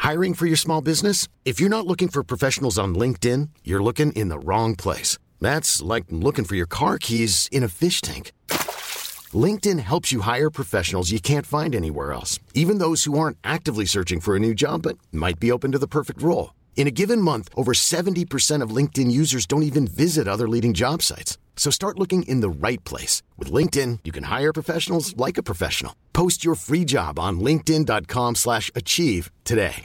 Hiring for your small business? If you're not looking for professionals on LinkedIn, you're looking in the wrong place. That's like looking for your car keys in a fish tank. LinkedIn helps you hire professionals you can't find anywhere else, even those who aren't actively searching for a new job but might be open to the perfect role. In a given month, over 70% of LinkedIn users don't even visit other leading job sites. So start looking in the right place. With LinkedIn, you can hire professionals like a professional. Post your free job on linkedin.com/achieve today.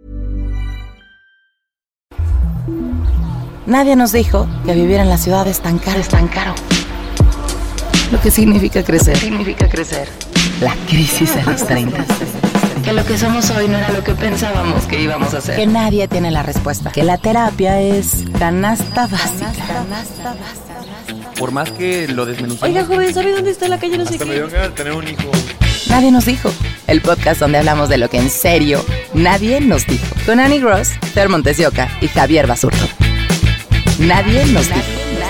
Nadie nos dijo que vivir en la ciudad es tan caro. Lo que significa crecer. La crisis de los 30. Que lo que somos hoy no era lo que pensábamos que íbamos a ser. Que nadie tiene la respuesta. Que la terapia es canasta básica. Por más que lo desmenucemos. Oiga, joven, ¿sabe dónde está la calle? No sé qué. Me dio ganas de tener un hijo. Nadie nos dijo. El podcast donde hablamos de lo que en serio nadie nos dijo. Con Annie Gross, Fer Montes de Oca y Javier Basurto. Nadie nos dijo.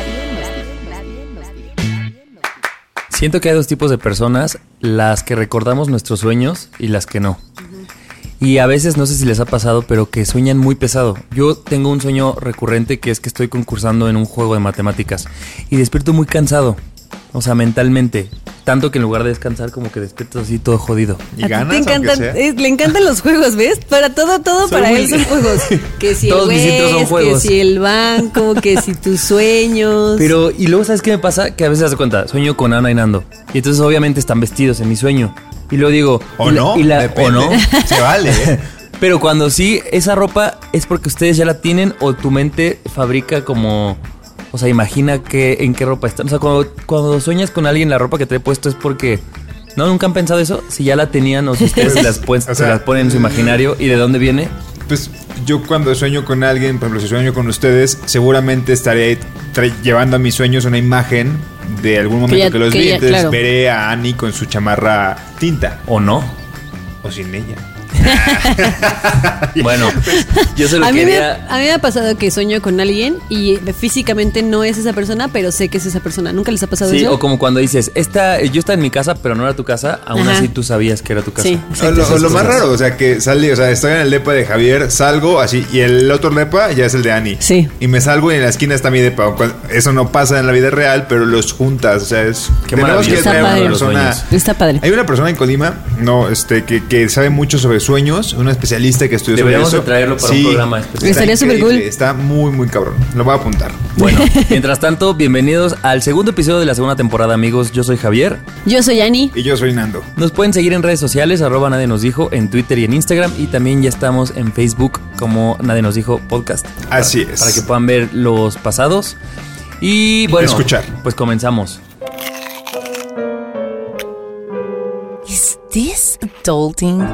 Siento que hay dos tipos de personas, las que recordamos nuestros sueños y las que no. Y a veces, no sé si les ha pasado, pero que sueñan muy pesado. Yo tengo un sueño recurrente que es que estoy concursando en un juego de matemáticas y despierto muy cansado, o sea, mentalmente. Tanto que en lugar de descansar, como que despierto así todo jodido. Y ganas, le encantan los juegos, ¿ves? Para todo para él son juegos. Que si todos el mis intros son juegos. Que si el banco, que si tus sueños. Pero, y luego, ¿sabes qué me pasa? Que a veces, haz de cuenta, sueño con Ana y Nando. Y entonces, obviamente, están vestidos en mi sueño. Y luego digo... O no, depende. O no. Se vale, ¿eh? Pero cuando sí, esa ropa es porque ustedes ya la tienen o tu mente fabrica como... O sea, imagina en qué ropa están. O sea, cuando sueñas con alguien, la ropa que te he puesto es porque... ¿No? ¿Nunca han pensado eso? Si ya la tenían o si ustedes se las ponen en su imaginario. ¿Y de dónde viene? Pues yo cuando sueño con alguien, por ejemplo, si sueño con ustedes, seguramente estaré llevando a mis sueños una imagen de algún momento que los vi. Entonces claro, veré a Annie con su chamarra tinta. ¿O no? O sin ella. Bueno, yo solo quería... A mí me ha pasado que sueño con alguien y físicamente no es esa persona, pero sé que es esa persona. ¿Nunca les ha pasado eso? Sí, o como cuando dices, yo estaba en mi casa, pero no era tu casa, aún así tú sabías que era tu casa. Sí, o lo más raro, o sea, que sale, o sea, estoy en el depa de Javier, salgo así, y el otro depa ya es el de Annie. Sí. Y me salgo y en la esquina está mi depa. Eso no pasa en la vida real, pero los juntas, o sea, es... Qué maravilloso. Está padre. Está padre. Hay una persona en Colima, que sabe mucho sobre sueños, una especialista que estudió Deberíamos sobre eso. Deberíamos de traerlo para un programa especial. Estaría súper cool. Está muy, muy cabrón. Lo voy a apuntar. Bueno, mientras tanto, bienvenidos al segundo episodio de la segunda temporada, amigos. Yo soy Javier. Yo soy Annie. Y yo soy Nando. Nos pueden seguir en redes sociales, @Nadie Nos Dijo, en Twitter y en Instagram. Y también ya estamos en Facebook como Nadie Nos Dijo Podcast. Así es. Para que puedan ver los pasados. Y bueno, escuchar. Pues comenzamos. Is this adulting?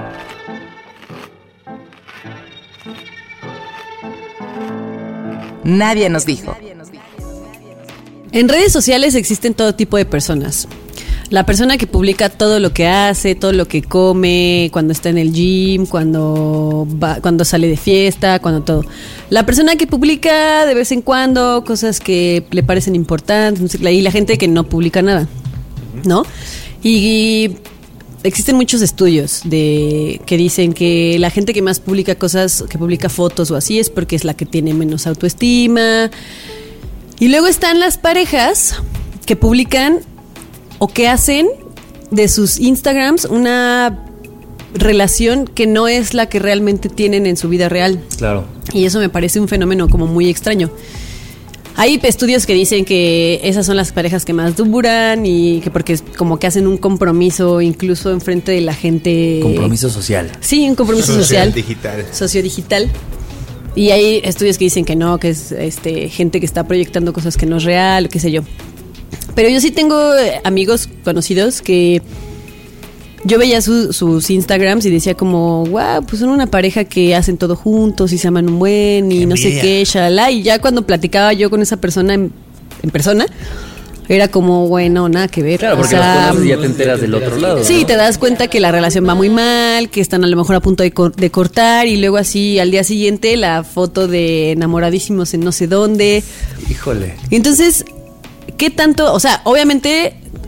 Nadie nos dijo. En redes sociales existen todo tipo de personas. La persona que publica todo lo que hace, todo lo que come, cuando está en el gym, cuando sale de fiesta, cuando todo. La persona que publica de vez en cuando cosas que le parecen importantes, y la gente que no publica nada, ¿no? Y existen muchos estudios que dicen que la gente que más publica cosas, que publica fotos o así, es porque es la que tiene menos autoestima. Y luego están las parejas que publican o que hacen de sus Instagrams una relación que no es la que realmente tienen en su vida real. Claro. Y eso me parece un fenómeno como muy extraño. Hay estudios que dicen que esas son las parejas que más duran y que porque es como que hacen un compromiso incluso enfrente de la gente. Compromiso social. Sí, un compromiso social. Digital. Sociodigital. Y hay estudios que dicen que no, que es gente que está proyectando cosas que no es real, qué sé yo. Pero yo sí tengo amigos conocidos que yo veía sus Instagrams y decía como, wow, pues son una pareja que hacen todo juntos y se aman un buen y no sé qué, shalala. Y ya cuando platicaba yo con esa persona en persona, era como, bueno, nada que ver. Claro, porque los conoces y ya te enteras del otro lado. Sí, ¿no? Te das cuenta que la relación va muy mal, que están a lo mejor a punto de cortar y luego así al día siguiente la foto de enamoradísimos en no sé dónde. Híjole. Entonces, ¿qué tanto? O sea, obviamente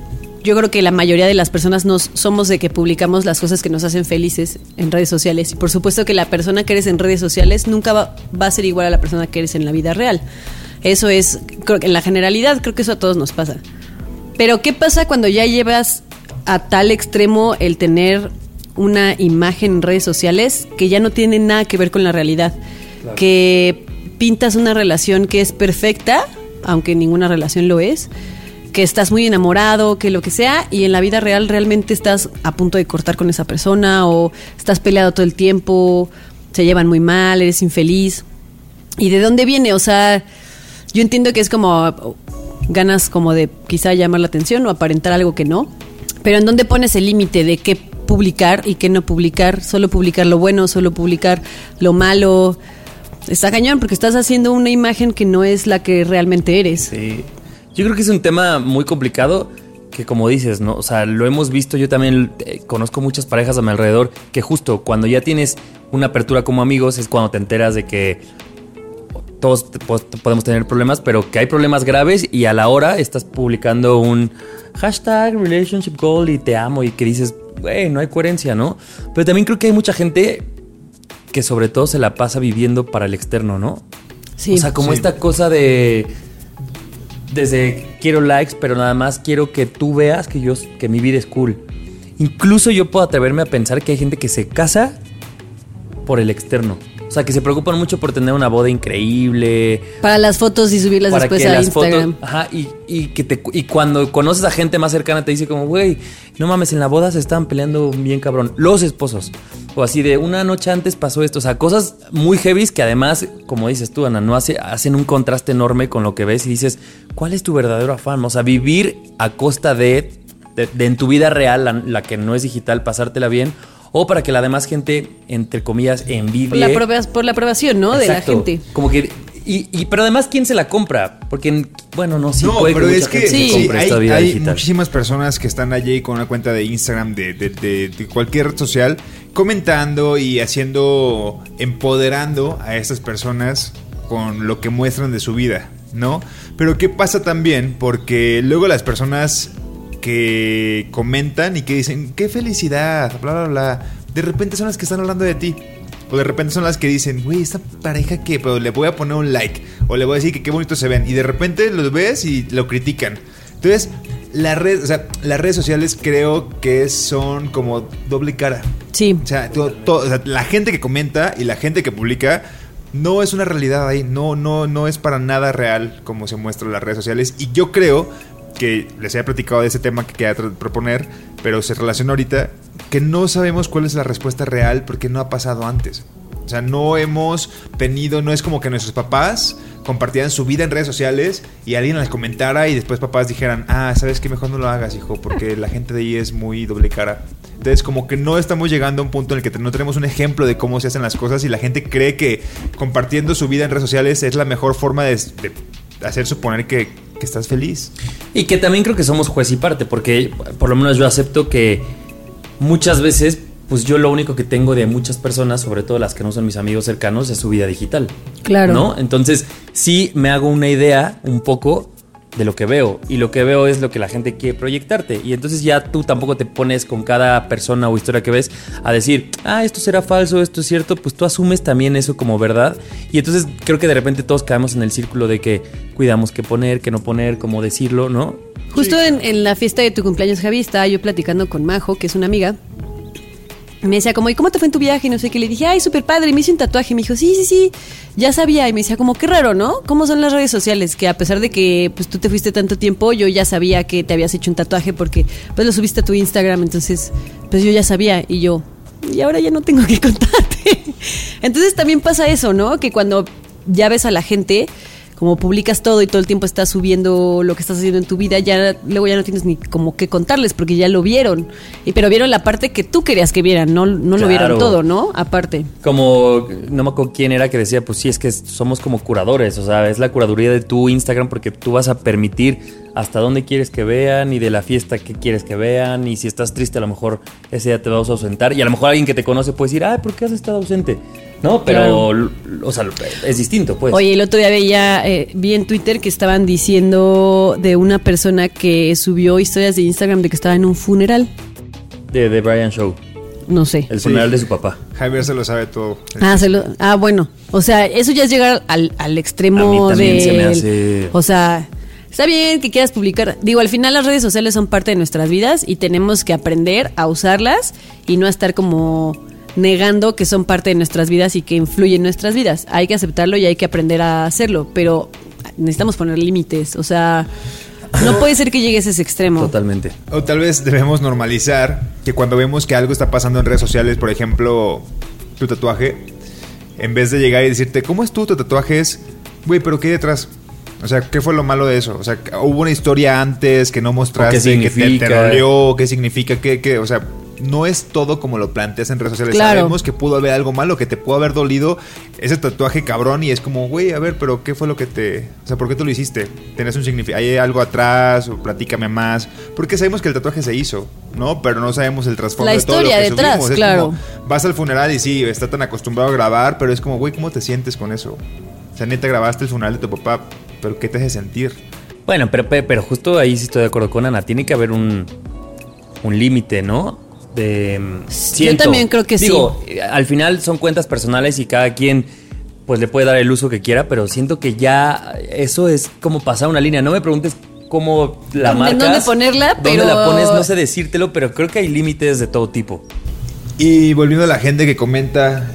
yo creo que la mayoría de las personas somos de que publicamos las cosas que nos hacen felices en redes sociales. Y por supuesto que la persona que eres en redes sociales nunca va a ser igual a la persona que eres en la vida real. Eso es, creo que en la generalidad, creo que eso a todos nos pasa. Pero ¿qué pasa cuando ya llevas a tal extremo el tener una imagen en redes sociales que ya no tiene nada que ver con la realidad? Claro. Que pintas una relación que es perfecta, aunque ninguna relación lo es, que estás muy enamorado, que lo que sea, y en la vida real realmente estás a punto de cortar con esa persona o estás peleado todo el tiempo, se llevan muy mal, eres infeliz. ¿Y de dónde viene? O sea, yo entiendo que es como ganas como de quizá llamar la atención o aparentar algo que no, pero ¿en dónde pones el límite de qué publicar y qué no publicar? Solo publicar lo bueno, solo publicar lo malo. Está cañón porque estás haciendo una imagen que no es la que realmente eres. Sí. Yo creo que es un tema muy complicado que, como dices, ¿no? O sea, lo hemos visto, yo también conozco muchas parejas a mi alrededor que justo cuando ya tienes una apertura como amigos es cuando te enteras de que todos podemos tener problemas, pero que hay problemas graves y a la hora estás publicando un hashtag relationship goal y te amo y que dices, güey, no hay coherencia, ¿no? Pero también creo que hay mucha gente que sobre todo se la pasa viviendo para el externo, ¿no? Sí. O sea, como esta cosa de... Desde quiero likes, pero nada más quiero que tú veas que mi vida es cool. Incluso yo puedo atreverme a pensar que hay gente que se casa por el externo. O sea, que se preocupan mucho por tener una boda increíble. Para las fotos y subirlas después a Instagram. Ajá, y cuando conoces a gente más cercana te dice como, güey, no mames, en la boda se estaban peleando bien cabrón. Los esposos. O así de una noche antes pasó esto. O sea, cosas muy heavies que además, como dices tú, Ana, no hacen un contraste enorme con lo que ves y dices, ¿cuál es tu verdadero afán? O sea, vivir a costa de en tu vida real, la que no es digital, pasártela bien, o para que la demás gente, entre comillas, envidie. Por la aprobación, ¿no? Exacto. De la gente. Como que... pero además, ¿quién se la compra? Porque, bueno, no, sí no, puede pero que es mucha gente se compre esta vida digital. Hay muchísimas personas que están allí con una cuenta de Instagram, de cualquier red social, comentando y empoderando a estas personas con lo que muestran de su vida, ¿no? Pero ¿qué pasa también? Porque luego las personas que comentan y que dicen, qué felicidad, bla, bla, bla, de repente son las que están hablando de ti. O de repente son las que dicen, güey, esta pareja que, pero le voy a poner un like. O le voy a decir que qué bonito se ven. Y de repente los ves y lo critican. Entonces, las redes sociales creo que son como doble cara. Sí. O sea, la gente que comenta y la gente que publica no es una realidad ahí. No es para nada real como se muestra en las redes sociales. Y yo creo que les había platicado de ese tema que quería proponer, pero se relaciona ahorita, que no sabemos cuál es la respuesta real porque no ha pasado antes. O sea, no es como que nuestros papás compartieran su vida en redes sociales y alguien les comentara y después papás dijeran, ¿sabes qué? Mejor no lo hagas, hijo, porque la gente de ahí es muy doble cara. Entonces, como que no estamos llegando a un punto en el que no tenemos un ejemplo de cómo se hacen las cosas y la gente cree que compartiendo su vida en redes sociales es la mejor forma de hacer suponer que estás feliz. Y que también creo que somos juez y parte, porque por lo menos yo acepto que muchas veces, pues yo lo único que tengo de muchas personas, sobre todo las que no son mis amigos cercanos, es su vida digital. Claro. ¿No? Entonces, sí me hago una idea un poco de lo que veo, y lo que veo es lo que la gente quiere proyectarte, y entonces ya tú tampoco te pones con cada persona o historia que ves a decir, esto será falso, esto es cierto, pues tú asumes también eso como verdad, y entonces creo que de repente todos caemos en el círculo de que cuidamos qué poner, qué no poner, cómo decirlo, ¿no? Justo sí. En la fiesta de tu cumpleaños, Javi, estaba yo platicando con Majo, que es una amiga. Me decía como, ¿y cómo te fue en tu viaje? Y no sé qué. Le dije, súper padre. Y me hice un tatuaje. Y me dijo, sí, ya sabía. Y me decía como, qué raro, ¿no? ¿Cómo son las redes sociales? Que a pesar de que pues tú te fuiste tanto tiempo, yo ya sabía que te habías hecho un tatuaje porque pues lo subiste a tu Instagram. Entonces, pues yo ya sabía. Y ahora ya no tengo que contarte. Entonces también pasa eso, ¿no? Que cuando ya ves a la gente, como publicas todo y todo el tiempo estás subiendo lo que estás haciendo en tu vida, luego ya no tienes ni como qué contarles porque ya lo vieron. Pero vieron la parte que tú querías que vieran, no claro. Lo vieron todo, ¿no? Aparte. Como, no me acuerdo quién era que decía, pues sí, es que somos como curadores, o sea, es la curaduría de tu Instagram porque tú vas a permitir hasta dónde quieres que vean y de la fiesta que quieres que vean, y si estás triste a lo mejor ese día te vas a ausentar, y a lo mejor alguien que te conoce puede decir, ¿por qué has estado ausente? No, pero, claro. O sea, es distinto, pues. Oye, el otro día vi en Twitter que estaban diciendo de una persona que subió historias de Instagram de que estaba en un funeral. De Brian Show. No sé. El funeral de su papá. Javier se lo sabe todo. Bueno. O sea, eso ya es llegar al extremo de... A mí también se me hace... O sea, está bien que quieras publicar. Digo, al final las redes sociales son parte de nuestras vidas y tenemos que aprender a usarlas y no a estar como negando que son parte de nuestras vidas y que influyen en nuestras vidas. Hay que aceptarlo y hay que aprender a hacerlo, pero necesitamos poner límites. O sea... No puede ser que llegues a ese extremo. Totalmente. O tal vez debemos normalizar que cuando vemos que algo está pasando en redes sociales, por ejemplo, tu tatuaje, en vez de llegar y decirte, ¿cómo es tu tatuaje? Es, güey, ¿pero qué hay detrás? O sea, ¿qué fue lo malo de eso? O sea, ¿hubo una historia antes que no mostraste, que te dolió? ¿Qué significa? ¿Qué? O sea, no es todo como lo planteas en redes sociales. Claro. Sabemos que pudo haber algo malo, que te pudo haber dolido ese tatuaje cabrón, y es como, güey, a ver, pero ¿qué fue lo que te... O sea, ¿por qué tú lo hiciste? ¿Tenés un significado? ¿Hay algo atrás? O platícame más. Porque sabemos que el tatuaje se hizo, ¿no? Pero no sabemos el trasfondo de todo lo que subimos. La historia detrás, claro. Como, vas al funeral y sí, está tan acostumbrado a grabar, pero es como, güey, ¿cómo te sientes con eso? O sea, neta, grabaste el funeral de tu papá, pero ¿qué te hace sentir? Bueno, pero justo ahí sí estoy de acuerdo con Ana. Tiene que haber un límite, ¿no? Yo también creo que digo, sí. Al final son cuentas personales y cada quien pues le puede dar el uso que quiera, pero siento que ya eso es como pasar una línea. No me preguntes cómo la marcas, dónde ponerla, pero... dónde la pones, no sé decírtelo, pero creo que hay límites de todo tipo. Y volviendo a la gente que comenta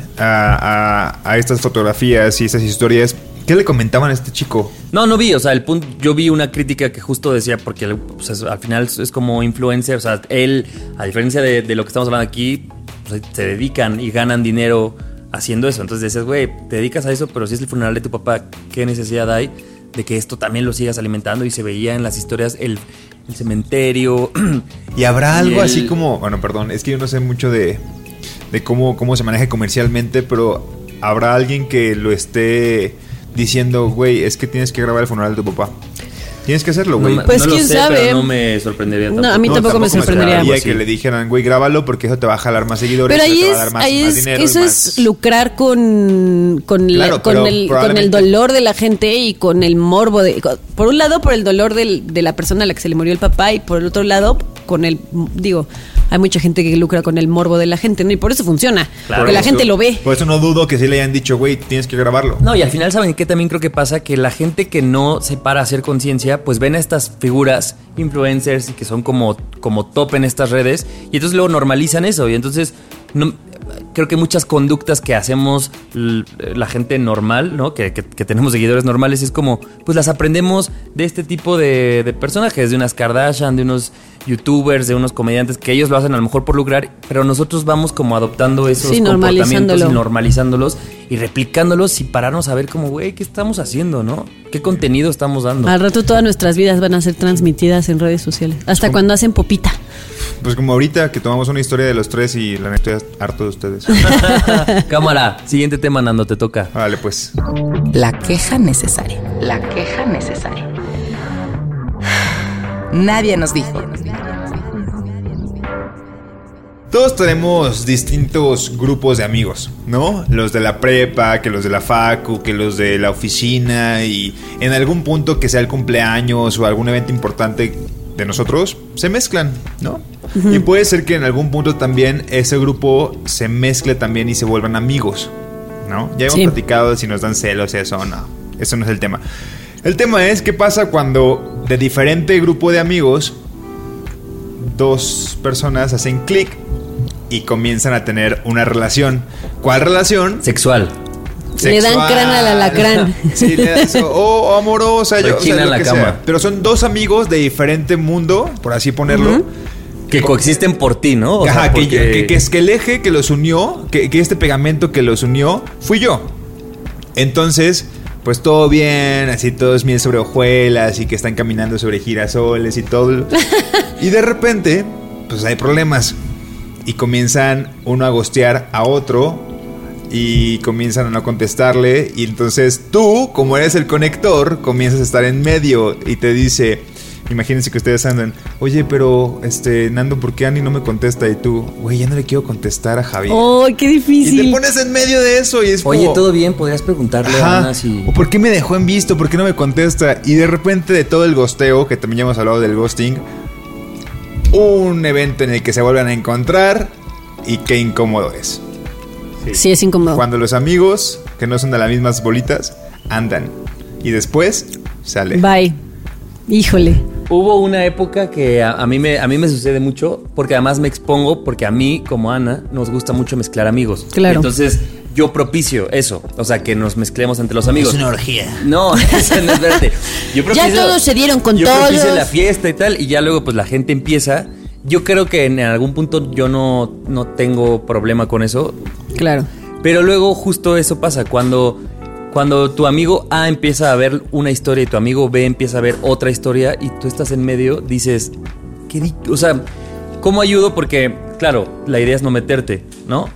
a estas fotografías y estas historias, ¿qué le comentaban a este chico? No vi, o sea, el punto, yo vi una crítica que justo decía, porque pues, al final es como influencer, o sea, él, a diferencia de lo que estamos hablando aquí, pues, se dedican y ganan dinero haciendo eso. Entonces decías, güey, te dedicas a eso, pero si es el funeral de tu papá, ¿qué necesidad hay de que esto también lo sigas alimentando? Y se veía en las historias el cementerio. Y habrá algo así como, bueno, perdón, es que yo no sé mucho de cómo se maneja comercialmente, pero habrá alguien que lo esté diciendo, güey, es que tienes que grabar el funeral de tu papá. Tienes que hacerlo, güey. Pues no quién lo sé, sabe. Pero no me sorprendería tampoco. No, a mí tampoco me sorprendería. Que le dijeran, güey, grábalo porque eso te va a jalar más seguidores. Pero ahí te va a dar más dinero. Eso es lucrar con el dolor de la gente y con el morbo. Por un lado, por el dolor de la persona a la que se le murió el papá, y por el otro lado, con el... hay mucha gente que lucra con el morbo de la gente, ¿no? Y por eso funciona. Claro, porque la gente lo ve. Por eso no dudo que sí le hayan dicho, güey, tienes que grabarlo. No, y al final, ¿saben qué también creo que pasa? Que la gente que no se para a hacer conciencia, pues ven a estas figuras influencers y que son como top en estas redes, y entonces luego normalizan eso. Y entonces creo que muchas conductas que hacemos la gente normal, ¿no? Que tenemos seguidores normales, es como, pues las aprendemos de este tipo de personajes, de unas Kardashian, de unos youtubers, de unos comediantes, que ellos lo hacen a lo mejor por lucrar, pero nosotros vamos como adoptando esos comportamientos y normalizándolos y replicándolos, sin pararnos a ver como, güey, ¿qué estamos haciendo, no? ¿Qué contenido estamos dando? Al rato todas nuestras vidas van a ser transmitidas en redes sociales, hasta cuando hacen popita. Pues como ahorita que tomamos una historia de los tres y la neta estoy harto de ustedes. Cámara, siguiente tema, Nando, te toca. Vale, pues. La queja necesaria. La queja necesaria. Nadie nos dijo. Todos tenemos distintos grupos de amigos, ¿no? Los de la prepa, que los de la facu, que los de la oficina, y en algún punto que sea el cumpleaños o algún evento importante de nosotros, se mezclan, ¿no? Uh-huh. Y puede ser que en algún punto también ese grupo se mezcle también y se vuelvan amigos, ¿no? Ya hemos platicado de si nos dan celos, eso no es el tema. El tema es qué pasa cuando de diferente grupo de amigos dos personas hacen clic y comienzan a tener una relación. ¿Cuál relación? Sexual. Le dan crán al alacrán. Sí, le dan eso. O amorosa, lo en la que cama. Sea. Pero son dos amigos de diferente mundo, por así ponerlo. Uh-huh. Que coexisten por ti, ¿no? Ajá, sea, porque... que es que el eje que los unió, que este pegamento que los unió, fui yo. Entonces, pues todo bien, así todo es miel sobre hojuelas y que están caminando sobre girasoles y todo. Y de repente, pues hay problemas. Y comienzan uno a ghostear a otro y comienzan a no contestarle. Y entonces tú, como eres el conector, comienzas a estar en medio y te dice, Imagínense que ustedes andan, oye, pero Nando, ¿por qué Ani no me contesta? Y tú, güey, ya no le quiero contestar a Javier. ¡Oh, qué difícil! Y te pones en medio de eso y es oye, como, ¿todo bien? ¿Podrías preguntarle a Ana si... ¿O por qué me dejó en visto? ¿Por qué no me contesta? Y de repente de todo el ghosteo, que también ya hemos hablado del ghosting, un evento en el que se vuelvan a encontrar y qué incómodo es. Sí, es incómodo. Cuando los amigos, que no son de las mismas bolitas, andan y después sale. Bye. Híjole. Hubo una época que a mí me sucede mucho, porque además me expongo, porque a mí, como Ana, nos gusta mucho mezclar amigos. Claro. Entonces, yo propicio eso, o sea, que nos mezclemos entre los amigos. Es una orgía. No, eso no es verdad. Ya todos se dieron con todos. Yo propicio la fiesta y tal, y ya luego pues la gente empieza. Yo creo que en algún punto yo no tengo problema con eso. Claro. Pero luego justo eso pasa, cuando tu amigo A empieza a ver una historia y tu amigo B empieza a ver otra historia y tú estás en medio, dices, o sea, ¿cómo ayudo? Porque, claro, la idea es no meterte, ¿no?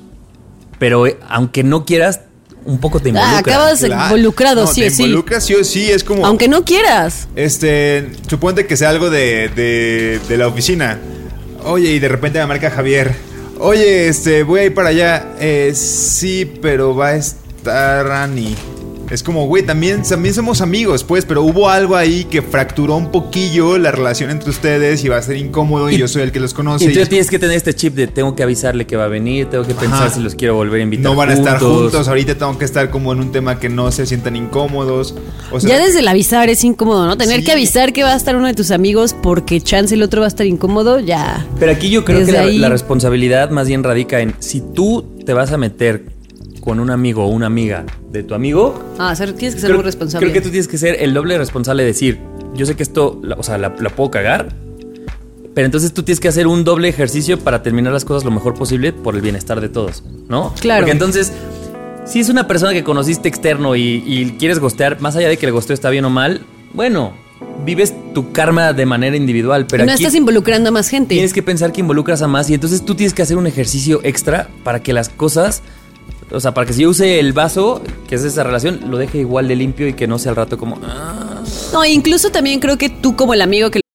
Pero aunque no quieras, un poco te involucras. Acabas involucrado, sí o sí. Te involucras sí o sí, es como... Aunque no quieras. Suponte que sea algo de la oficina. Oye, y de repente me marca Javier. Oye, voy a ir para allá. Sí, pero va a estar Ani. Es como, güey, también somos amigos, pues, pero hubo algo ahí que fracturó un poquillo la relación entre ustedes y va a ser incómodo y yo soy el que los conoce. Y tú tienes que tener este chip de tengo que avisarle que va a venir, tengo que pensar si los quiero volver a invitar. No van a estar juntos, ahorita tengo que estar como en un tema que no se sientan incómodos. O sea, ya desde el avisar es incómodo, ¿no? Tener que avisar que va a estar uno de tus amigos porque chance el otro va a estar incómodo, ya. Pero aquí yo creo que la responsabilidad más bien radica en si tú te vas a meter con un amigo o una amiga de tu amigo. Tienes que ser muy responsable. Creo que tú tienes que ser el doble responsable de decir, yo sé que esto, la puedo cagar, pero entonces tú tienes que hacer un doble ejercicio para terminar las cosas lo mejor posible por el bienestar de todos, ¿no? Claro. Porque entonces, si es una persona que conociste externo y quieres ghostear, más allá de que el ghosteo está bien o mal, bueno, vives tu karma de manera individual, pero no aquí estás involucrando a más gente. Tienes que pensar que involucras a más y entonces tú tienes que hacer un ejercicio extra para que las cosas... O sea, para que si yo use el vaso, que es esa relación, lo deje igual de limpio y que no sea al rato como... No, incluso también creo que tú como el amigo que...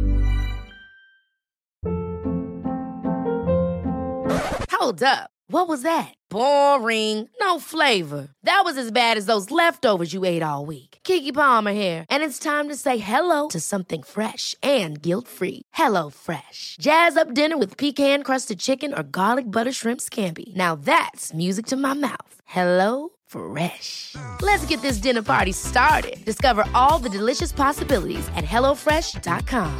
Hold up. What was that? Boring. No flavor. That was as bad as those leftovers you ate all week. Keke Palmer here. And it's time to say hello to something fresh and guilt-free. Hello Fresh. Jazz up dinner with pecan-crusted chicken or garlic butter shrimp scampi. Now that's music to my mouth. Hello Fresh. Let's get this dinner party started. Discover all the delicious possibilities at HelloFresh.com.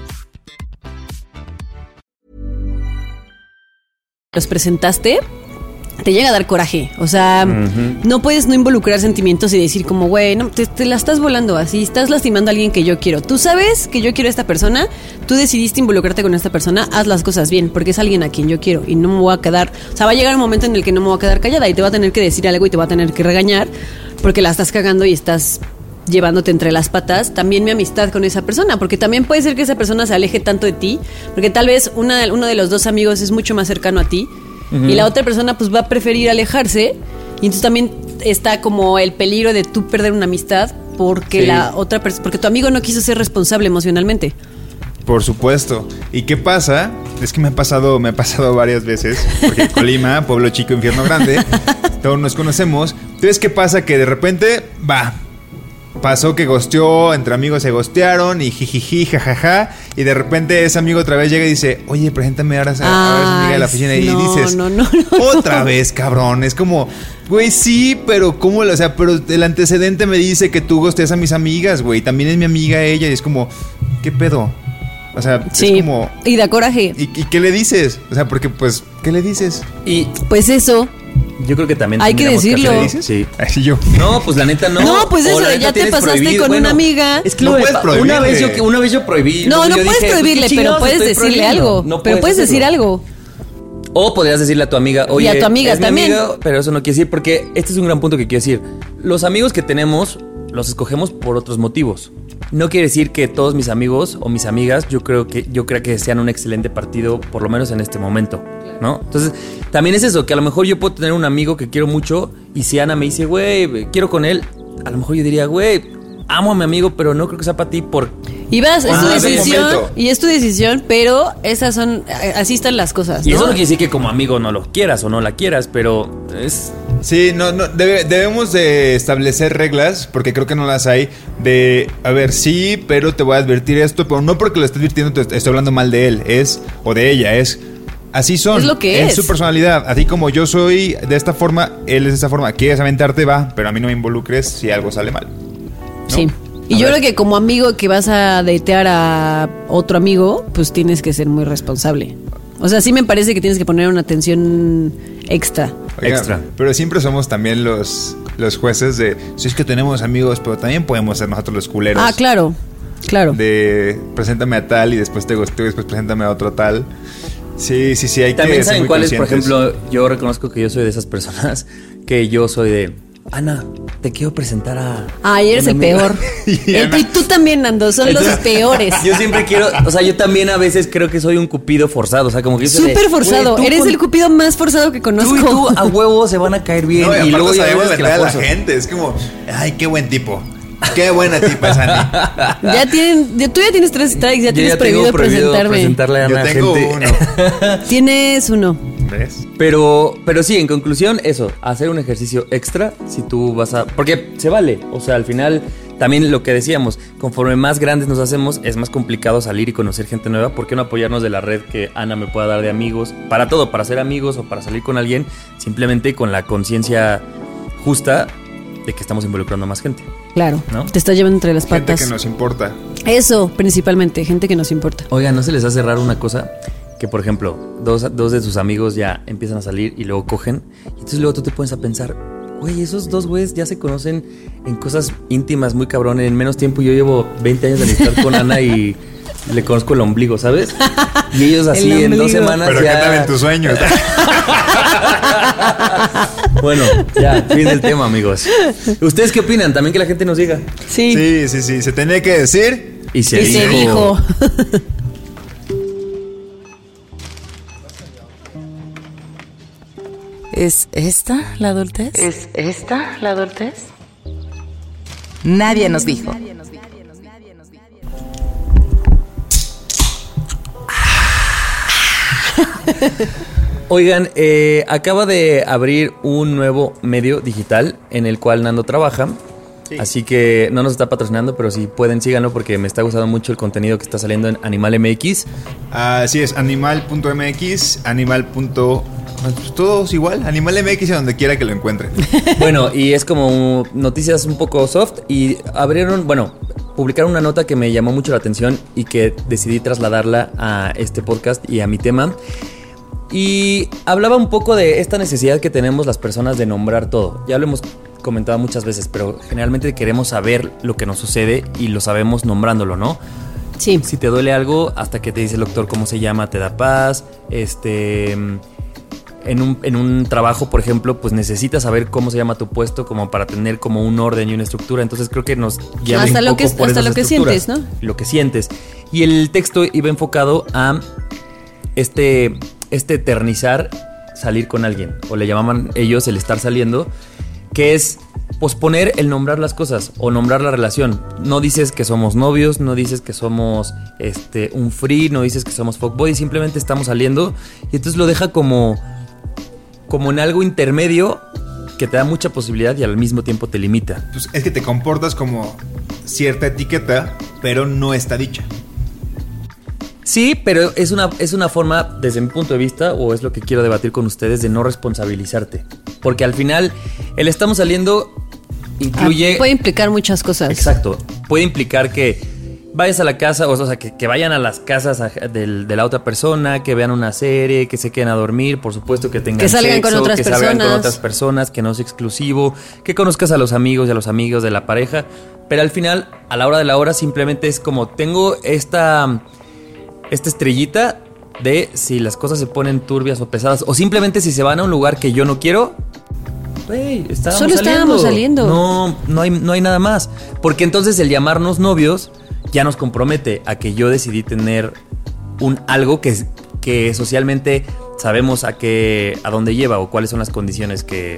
Los presentaste, te llega a dar coraje. O sea, no puedes no involucrar sentimientos y decir como, güey, no, te la estás volando así, estás lastimando a alguien que yo quiero. Tú sabes que yo quiero a esta persona, tú decidiste involucrarte con esta persona, haz las cosas bien, porque es alguien a quien yo quiero y no me voy a quedar... O sea, va a llegar un momento en el que no me voy a quedar callada y te va a tener que decir algo y te va a tener que regañar porque la estás cagando y estás llevándote entre las patas. También mi amistad con esa persona, porque también puede ser que esa persona se aleje tanto de ti, porque tal vez uno de los dos amigos es mucho más cercano a ti y la otra persona pues va a preferir alejarse y entonces también está como el peligro de tú perder una amistad porque la otra porque tu amigo no quiso ser responsable emocionalmente. Por supuesto. ¿Y qué pasa? Es que me ha pasado varias veces, porque Colima, pueblo chico, infierno grande, todos nos conocemos. Entonces, ¿qué pasa? Que de repente, pasó que ghosteó, entre amigos se ghostearon y jijiji, jajaja, y de repente ese amigo otra vez llega y dice, oye, preséntame ahora a esa amiga de la oficina, y dices, otra vez, cabrón. Es como, güey, sí, pero ¿cómo? O sea, pero el antecedente me dice que tú ghosteas a mis amigas, güey, también es mi amiga ella, y es como, ¿qué pedo? O sea, sí, es como... Y da coraje. ¿Y qué le dices? O sea, porque pues, ¿qué le dices? Y pues eso... Yo creo que también hay que decirlo. ¿Qué le dices? Sí. Así yo. No, pues la neta no. No, pues eso, ya te pasaste prohibido. Con una amiga. Es que no puedes prohibirle. Una vez yo prohibí. No puedes prohibirle, pero puedes decirle algo. Pero puedes decir algo. O podrías decirle a tu amiga, oye, y a tu amiga es también. Amiga, pero eso no quiere decir, porque este es un gran punto que quiero decir. Los amigos que tenemos, los escogemos por otros motivos. No quiere decir que todos mis amigos o mis amigas, yo creo que sean un excelente partido, por lo menos en este momento, ¿no? Entonces, también es eso, que a lo mejor yo puedo tener un amigo que quiero mucho y si Ana me dice, güey, quiero con él, a lo mejor yo diría, güey, amo a mi amigo, pero no creo que sea para ti por... Y vas, es tu decisión, pero esas son, así están las cosas, ¿no? Y eso no quiere decir que como amigo no lo quieras o no la quieras, pero es... Sí, debemos de establecer reglas, porque creo que no las hay, de, a ver, sí, pero te voy a advertir esto, pero no porque lo estés advirtiendo te estoy hablando mal de él, o de ella, así son. Es lo que es. Su personalidad. Así como yo soy de esta forma, él es de esta forma. Quieres aventarte, va, pero a mí no me involucres si algo sale mal, ¿no? Sí. Y yo creo que como amigo que vas a datear a otro amigo, pues tienes que ser muy responsable. O sea, sí me parece que tienes que poner una atención extra. Oiga, pero siempre somos también los jueces de, si es que tenemos amigos, pero también podemos ser nosotros los culeros. Ah, claro. De preséntame a tal y después te gustó y después preséntame a otro tal. Sí, hay también que ser muy conscientes. También saben cuáles, por ejemplo, yo reconozco que yo soy de esas personas que yo soy de... Ana, te quiero presentar a... Ay, eres el peor. Y tú también, Nando, son los peores. Yo siempre quiero... O sea, yo también a veces creo que soy un cupido forzado. O sea, como que... Súper forzado. Eres el cupido más forzado que conozco. Tú y tú a huevo se van a caer bien. No, y luego ya sabemos que la gente. Es como... Ay, qué buen tipo. Qué buena tipa es Ana. Tú ya tienes 3 strikes. Ya tienes prohibido presentarle a Ana. Yo tengo uno. Tienes uno. ¿Ves? Pero sí, en conclusión, eso, hacer un ejercicio extra si tú vas a... Porque se vale, o sea, al final también lo que decíamos, conforme más grandes nos hacemos, es más complicado salir y conocer gente nueva. ¿Por qué no apoyarnos de la red que Ana me pueda dar de amigos? Para todo, para ser amigos o para salir con alguien, simplemente con la conciencia justa de que estamos involucrando a más gente. Claro, ¿no? Te está llevando entre las patas. Gente que nos importa. Eso, principalmente, gente que nos importa. Oiga, ¿no se les hace raro una cosa? Que, por ejemplo, dos de sus amigos ya empiezan a salir y luego cogen. Y entonces luego tú te pones a pensar, güey, esos dos güeyes ya se conocen en cosas íntimas muy cabrón en menos tiempo. Yo llevo 20 años de amistad con Ana y le conozco el ombligo, ¿sabes? Y ellos así en 2 semanas pero ya... Pero que en tus sueños. Bueno, ya, fin del tema, amigos. ¿Ustedes qué opinan? También que la gente nos diga. Sí. Se tenía que decir y se dijo. ¿Es esta la adultez? ¿Es esta la adultez? Nadie nos dijo. Oigan, acaba de abrir un nuevo medio digital en el cual Nando trabaja. Sí. Así que no nos está patrocinando, pero si pueden, síganlo porque me está gustando mucho el contenido que está saliendo en Animal MX. Así es, animal.mx, todos igual, Animal MX a donde quiera que lo encuentren. Bueno, y es como noticias un poco soft y publicaron una nota que me llamó mucho la atención y que decidí trasladarla a este podcast y a mi tema. Y hablaba un poco de esta necesidad que tenemos las personas de nombrar todo. Ya lo hemos comentado muchas veces, pero generalmente queremos saber lo que nos sucede y lo sabemos nombrándolo, ¿no? Sí. Si te duele algo, hasta que te dice el doctor cómo se llama, te da paz. En un trabajo, por ejemplo, pues necesitas saber cómo se llama tu puesto como para tener como un orden y una estructura. Entonces creo que nos llama hasta un lo poco que por hasta esas lo que sientes, ¿no? Lo que sientes. Y el texto iba enfocado a este eternizar salir con alguien, o le llamaban ellos el estar saliendo, que es posponer el nombrar las cosas o nombrar la relación. No dices que somos novios, no dices que somos un free, no dices que somos fuckboy, simplemente estamos saliendo y entonces lo deja como en algo intermedio que te da mucha posibilidad y al mismo tiempo te limita. Pues es que te comportas como cierta etiqueta, pero no está dicha. Sí, pero es una forma, desde mi punto de vista, o es lo que quiero debatir con ustedes, de no responsabilizarte. Porque al final, el estamos saliendo incluye... puede implicar muchas cosas. Exacto. Puede implicar que vayas a la casa, o sea, que vayan a las casas de la otra persona, que vean una serie, que se queden a dormir, por supuesto que tengan sexo, salgan con otras personas, que no sea exclusivo, que conozcas a los amigos y a los amigos de la pareja. Pero al final, a la hora de la hora, simplemente es como, tengo esta estrellita de si las cosas se ponen turbias o pesadas, o simplemente si se van a un lugar que yo no quiero. Estábamos saliendo. No hay nada más. Porque entonces el llamarnos novios ya nos compromete a que yo decidí tener algo que socialmente sabemos a dónde lleva o cuáles son las condiciones que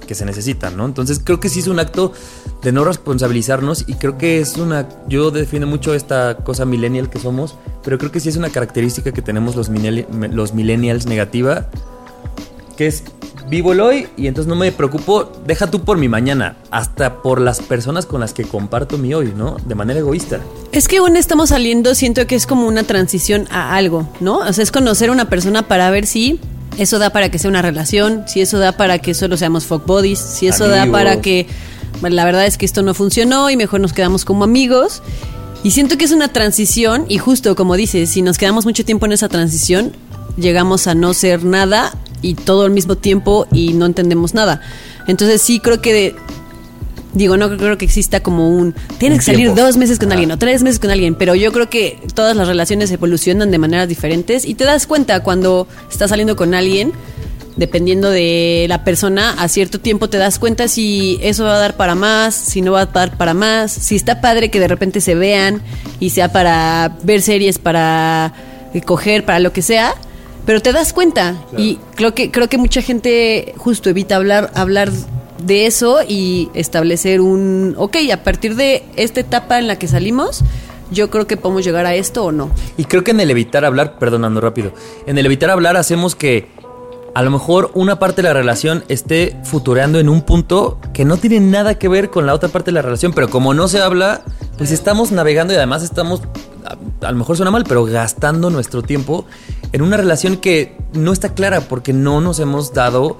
que se necesitan, ¿no? Entonces creo que sí es un acto de no responsabilizarnos y creo que es yo defiendo mucho esta cosa millennial que somos, pero creo que sí es una característica que tenemos los millennials negativa, que es vivo el hoy y entonces no me preocupo, deja tú por mi mañana, hasta por las personas con las que comparto mi hoy, ¿no? De manera egoísta. Es que aún estamos saliendo, siento que es como una transición a algo, ¿no? O sea, es conocer a una persona para ver si eso da para que sea una relación, si eso da para que solo seamos fuck buddies, si eso da para que, bueno, la verdad es que esto no funcionó y mejor nos quedamos como amigos. Y siento que es una transición y justo como dices, si nos quedamos mucho tiempo en esa transición, llegamos a no ser nada y todo al mismo tiempo y no entendemos nada. Entonces sí creo que no creo que exista como tienes que salir 2 meses con alguien o 3 meses con alguien, pero yo creo que todas las relaciones evolucionan de maneras diferentes y te das cuenta cuando estás saliendo con alguien, dependiendo de la persona, a cierto tiempo te das cuenta si eso va a dar para más, si no va a dar para más, si está padre que de repente se vean y sea para ver series, para coger, para lo que sea, pero te das cuenta. Claro. Y creo que mucha gente justo evita hablar de eso y establecer a partir de esta etapa en la que salimos, yo creo que podemos llegar a esto o no. Y creo que en el evitar hablar, perdonando rápido, en el evitar hablar hacemos que a lo mejor una parte de la relación esté futureando en un punto que no tiene nada que ver con la otra parte de la relación, pero como no se habla, pues estamos navegando y además estamos, a lo mejor suena mal, pero gastando nuestro tiempo en una relación que no está clara porque no nos hemos dado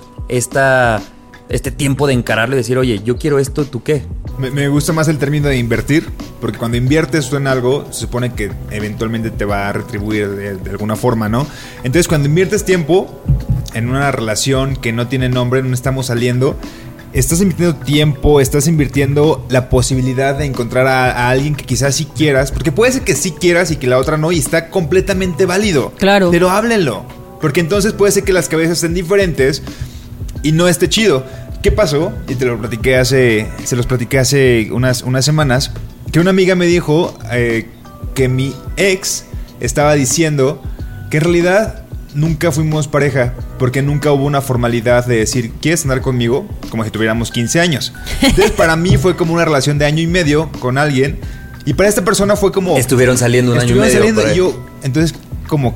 este tiempo de encararlo y decir, oye, yo quiero esto, ¿tú qué? Me gusta más el término de invertir, porque cuando inviertes tú en algo, se supone que eventualmente te va a retribuir de alguna forma, ¿no? Entonces, cuando inviertes tiempo en una relación que no tiene nombre, no estamos saliendo, estás invirtiendo tiempo, estás invirtiendo la posibilidad de encontrar a alguien que quizás sí quieras, porque puede ser que sí quieras y que la otra no, y está completamente válido. Claro. Pero háblenlo, porque entonces puede ser que las cabezas estén diferentes y no esté chido. ¿Qué pasó? Y se los platiqué hace unas semanas, que una amiga me dijo que mi ex estaba diciendo que en realidad nunca fuimos pareja, porque nunca hubo una formalidad de decir, ¿quieres andar conmigo? Como si tuviéramos 15 años. Entonces para mí fue como una relación de 1 año y medio con alguien, y para esta persona fue como... Estuvieron saliendo un año y medio. Y yo, entonces como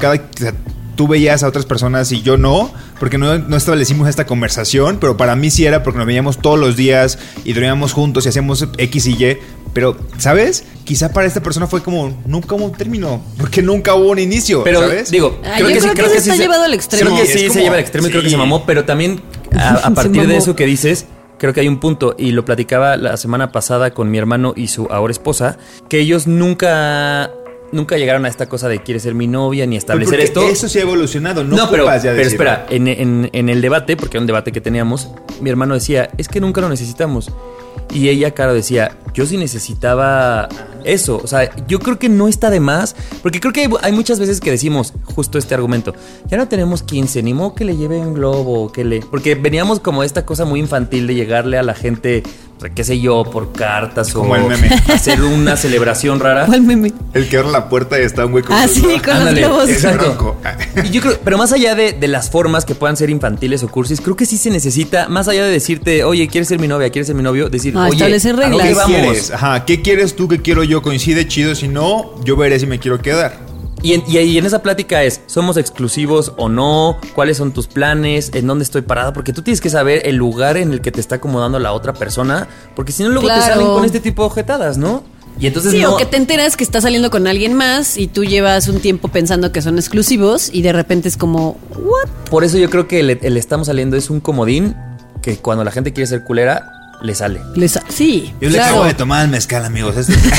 tú veías a otras personas y yo no, porque no establecimos esta conversación, pero para mí sí era porque nos veíamos todos los días y dormíamos juntos y hacíamos X y Y, pero, ¿sabes? Quizá para esta persona fue como, nunca hubo un término, porque nunca hubo un inicio, pero, ¿sabes? Digo, creo que sí se ha llevado al extremo. Creo que sí se lleva al extremo y creo que se mamó, pero también a partir de eso que dices, creo que hay un punto, y lo platicaba la semana pasada con mi hermano y su ahora esposa, que ellos nunca llegaron a esta cosa de quiere ser mi novia ni establecer esto. Eso sí ha evolucionado, pero espera, en el debate, porque era un debate que teníamos, mi hermano decía, es que nunca lo necesitamos. Y ella, claro, decía, yo sí necesitaba eso. O sea, yo creo que no está de más, porque creo que hay muchas veces que decimos justo este argumento, ya no tenemos 15, ni modo que le lleve un globo, porque veníamos como esta cosa muy infantil de llegarle a la gente, qué sé yo, por cartas como o el meme. Hacer una celebración rara. ¿Cuál meme? El que abre la puerta y está un güey con sí, con los globos. Exacto. Y yo creo, pero más allá de las formas que puedan ser infantiles o cursis, creo que sí se necesita, más allá de decirte, oye, ¿quieres ser mi novia? ¿Quieres ser mi novio? Decir, oye, establecer reglas. ¿qué quieres? Ajá, ¿qué quieres tú? ¿Qué quiero yo? Coincide, chido. Si no, yo veré si me quiero quedar. Y en esa plática es, ¿somos exclusivos o no? ¿Cuáles son tus planes? ¿En dónde estoy parada? Porque tú tienes que saber el lugar en el que te está acomodando la otra persona, porque si no luego te salen con este tipo de ojetadas, ¿no? Y entonces sí, o que te enteras que estás saliendo con alguien más y tú llevas un tiempo pensando que son exclusivos y de repente es como, ¿what? Por eso yo creo que el estamos saliendo es un comodín que cuando la gente quiere ser culera, le sale. Sí, yo le acabo de tomar el mezcal, amigos.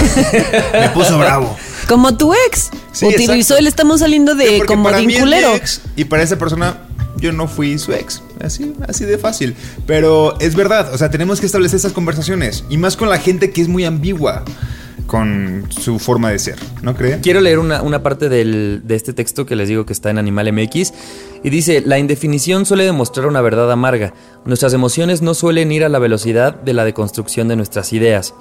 Me puso bravo. Como tu ex. Sí, utilizó el estamos saliendo de comodín culero. Ex, y para esa persona yo no fui su ex. Así de fácil. Pero es verdad, o sea, tenemos que establecer esas conversaciones. Y más con la gente que es muy ambigua con su forma de ser, ¿no creen? Quiero leer una parte de este texto que les digo que está en Animal MX. Y dice, la indefinición suele demostrar una verdad amarga. Nuestras emociones no suelen ir a la velocidad de la deconstrucción de nuestras ideas.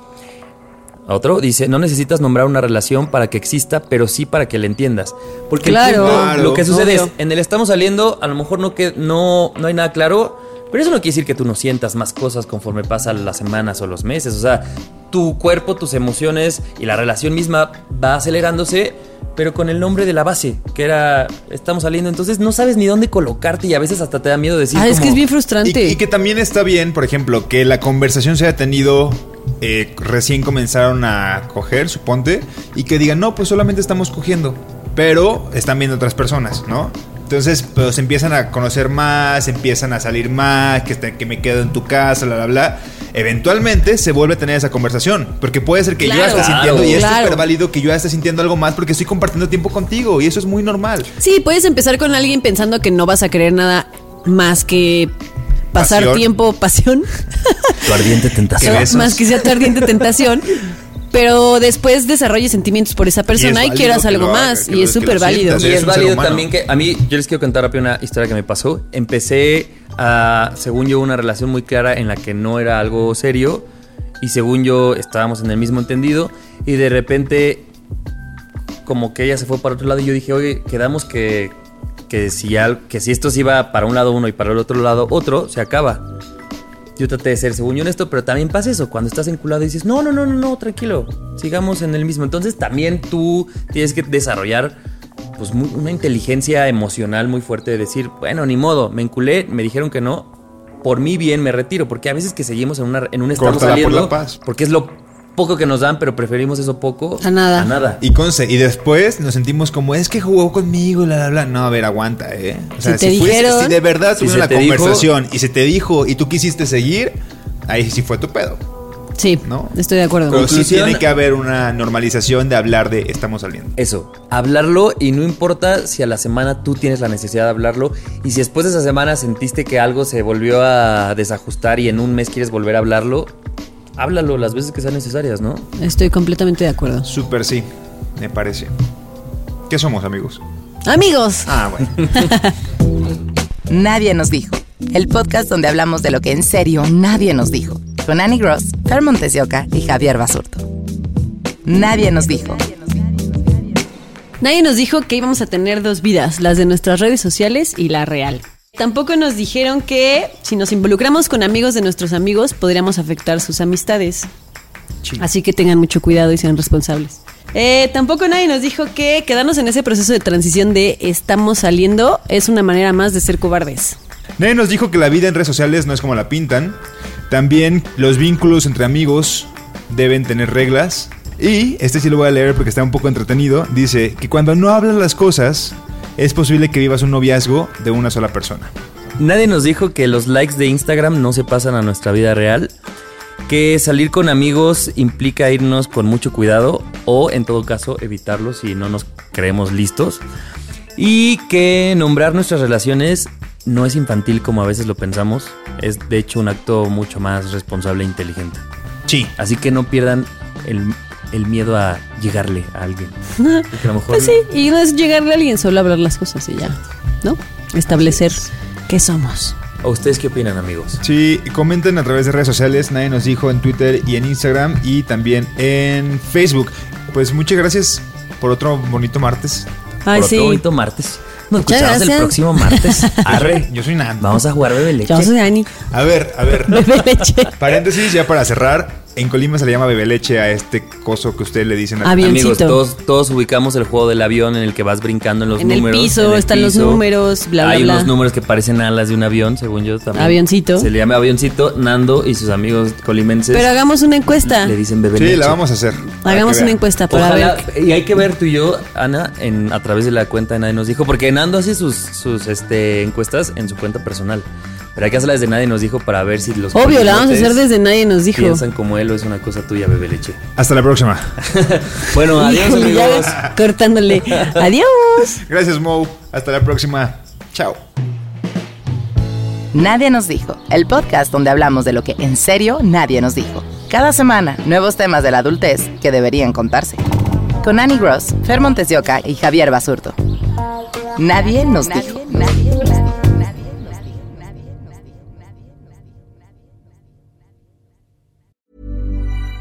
Otro dice, no necesitas nombrar una relación para que exista, pero sí para que la entiendas. Porque claro, lo que sucede es, en el estamos saliendo, a lo mejor no hay nada claro, Pero eso no quiere decir que tú no sientas más cosas conforme pasan las semanas o los meses. O sea, tu cuerpo, tus emociones y la relación misma va acelerándose, pero con el nombre de la base, que era estamos saliendo. Entonces no sabes ni dónde colocarte y a veces hasta te da miedo decir es que es bien frustrante. Y que también está bien, por ejemplo, que la conversación se haya tenido recién comenzaron a coger, suponte, y que digan, no, pues solamente estamos cogiendo, pero están viendo otras personas, ¿no? Entonces, pues empiezan a conocer más, empiezan a salir más, que me quedo en tu casa, bla, bla, bla. Eventualmente se vuelve a tener esa conversación, porque puede ser que yo esté sintiendo, y es súper válido que yo esté sintiendo algo más porque estoy compartiendo tiempo contigo, y eso es muy normal. Sí, puedes empezar con alguien pensando que no vas a querer nada más que pasar tiempo, pasión. Tu ardiente tentación. Más que sea tu ardiente tentación. Pero después desarrolles sentimientos por esa persona y quieras algo más. Y es súper válido. Y es válido también que a mí, yo les quiero contar rápido una historia que me pasó. Empecé a, según yo, una relación muy clara en la que no era algo serio. Y según yo, estábamos en el mismo entendido. Y de repente, como que ella se fue para otro lado. Y yo dije, oye, quedamos que si esto se iba para un lado uno y para el otro lado otro, se acaba. Yo traté de ser, según yo, honesto, pero también pasa eso. Cuando estás enculado y dices, no, tranquilo, sigamos en el mismo. Entonces también tú tienes que desarrollar pues una inteligencia emocional muy fuerte de decir, bueno, ni modo, me enculé, me dijeron que no, por mi bien me retiro. Porque a veces que seguimos en un estado saliendo, por la paz. Porque es lo poco que nos dan, pero preferimos eso poco a nada. Y después nos sentimos como, es que jugó conmigo, bla, bla, bla. No, a ver, aguanta, O sea, si de verdad tuvieron la conversación y se te dijo y tú quisiste seguir, ahí sí fue tu pedo. Sí, ¿no? Estoy de acuerdo. Pero sí tiene que haber una normalización de hablar de estamos saliendo. Eso, hablarlo, y no importa si a la semana tú tienes la necesidad de hablarlo, y si después de esa semana sentiste que algo se volvió a desajustar y en un mes quieres volver a hablarlo, háblalo las veces que sean necesarias, ¿no? Estoy completamente de acuerdo. Súper sí, me parece. ¿Qué somos, amigos? ¡Amigos! Bueno. Nadie nos dijo. El podcast donde hablamos de lo que en serio nadie nos dijo. Con Annie Gross, Fer Montes de Oca y Javier Basurto. Nadie nos dijo. Nadie nos dijo que íbamos a tener dos vidas, las de nuestras redes sociales y la real. Tampoco nos dijeron que si nos involucramos con amigos de nuestros amigos podríamos afectar sus amistades. Sí. Así que tengan mucho cuidado y sean responsables. Tampoco nadie nos dijo que quedarnos en ese proceso de transición de estamos saliendo es una manera más de ser cobardes. Nadie nos dijo que la vida en redes sociales no es como la pintan. También los vínculos entre amigos deben tener reglas. Y este sí lo voy a leer porque está un poco entretenido. Dice que cuando no hablas las cosas, es posible que vivas un noviazgo de una sola persona. Nadie nos dijo que los likes de Instagram no se pasan a nuestra vida real, que salir con amigos implica irnos con mucho cuidado o, en todo caso, evitarlos si no nos creemos listos, y que nombrar nuestras relaciones no es infantil como a veces lo pensamos, es de hecho un acto mucho más responsable e inteligente. Sí. Así que no pierdan el miedo a llegarle a alguien. Porque a lo mejor... Pues sí, y no es llegarle a alguien, solo hablar las cosas y ya, ¿no? Establecer qué somos. ¿A ustedes qué opinan, amigos? Sí, comenten a través de redes sociales. Nadie nos dijo en Twitter y en Instagram y también en Facebook. Pues muchas gracias por otro bonito martes. Por otro bonito martes. Nos escuchamos el próximo martes. Arre, yo soy Nando. Vamos a jugar Bebe Leche. Yo soy Dani. A ver. Bebe Leche. Paréntesis, ya para cerrar. En Colima se le llama Bebe Leche a este coso que ustedes le dicen a amigos. Todos ubicamos el juego del avión en el que vas brincando en los números. En el piso están los números, bla, bla, Hay bla. unos números que parecen alas de un avión, según yo también. Avioncito. Se le llama avioncito. Nando y sus amigos colimenses. Pero hagamos una encuesta. Le dicen Bebe Leche. Sí, la vamos a hacer. Hagamos una encuesta para ver. Y hay que ver tú y yo, Ana, a través de la cuenta de Nadie Nos Dijo, porque Nando hace sus encuestas en su cuenta personal. Pero hay que hacerla desde Nadie Nos Dijo para ver si los... Obvio, la vamos a hacer desde Nadie Nos Dijo. Piensan como él o es una cosa tuya, Bebe Leche. Hasta la próxima. Bueno, adiós, amigos. Cortándole. Adiós. Gracias, Mo. Hasta la próxima. Chao. Nadie nos dijo. El podcast donde hablamos de lo que en serio nadie nos dijo. Cada semana, nuevos temas de la adultez que deberían contarse. Con Annie Gross, Fer Montes de Oca y Javier Basurto. Nadie nos dijo.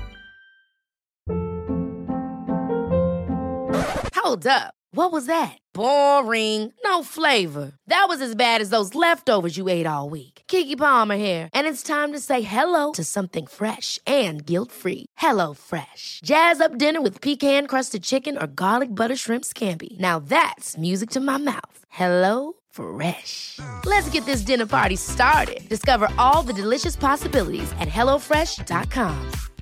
Hold up. What was that? Boring. No flavor. That was as bad as those leftovers you ate all week. Keke Palmer here, and it's time to say hello to something fresh and guilt-free. Hello Fresh. Jazz up dinner with pecan-crusted chicken or garlic butter shrimp scampi. Now that's music to my mouth. Hello Fresh. Let's get this dinner party started. Discover all the delicious possibilities at HelloFresh.com.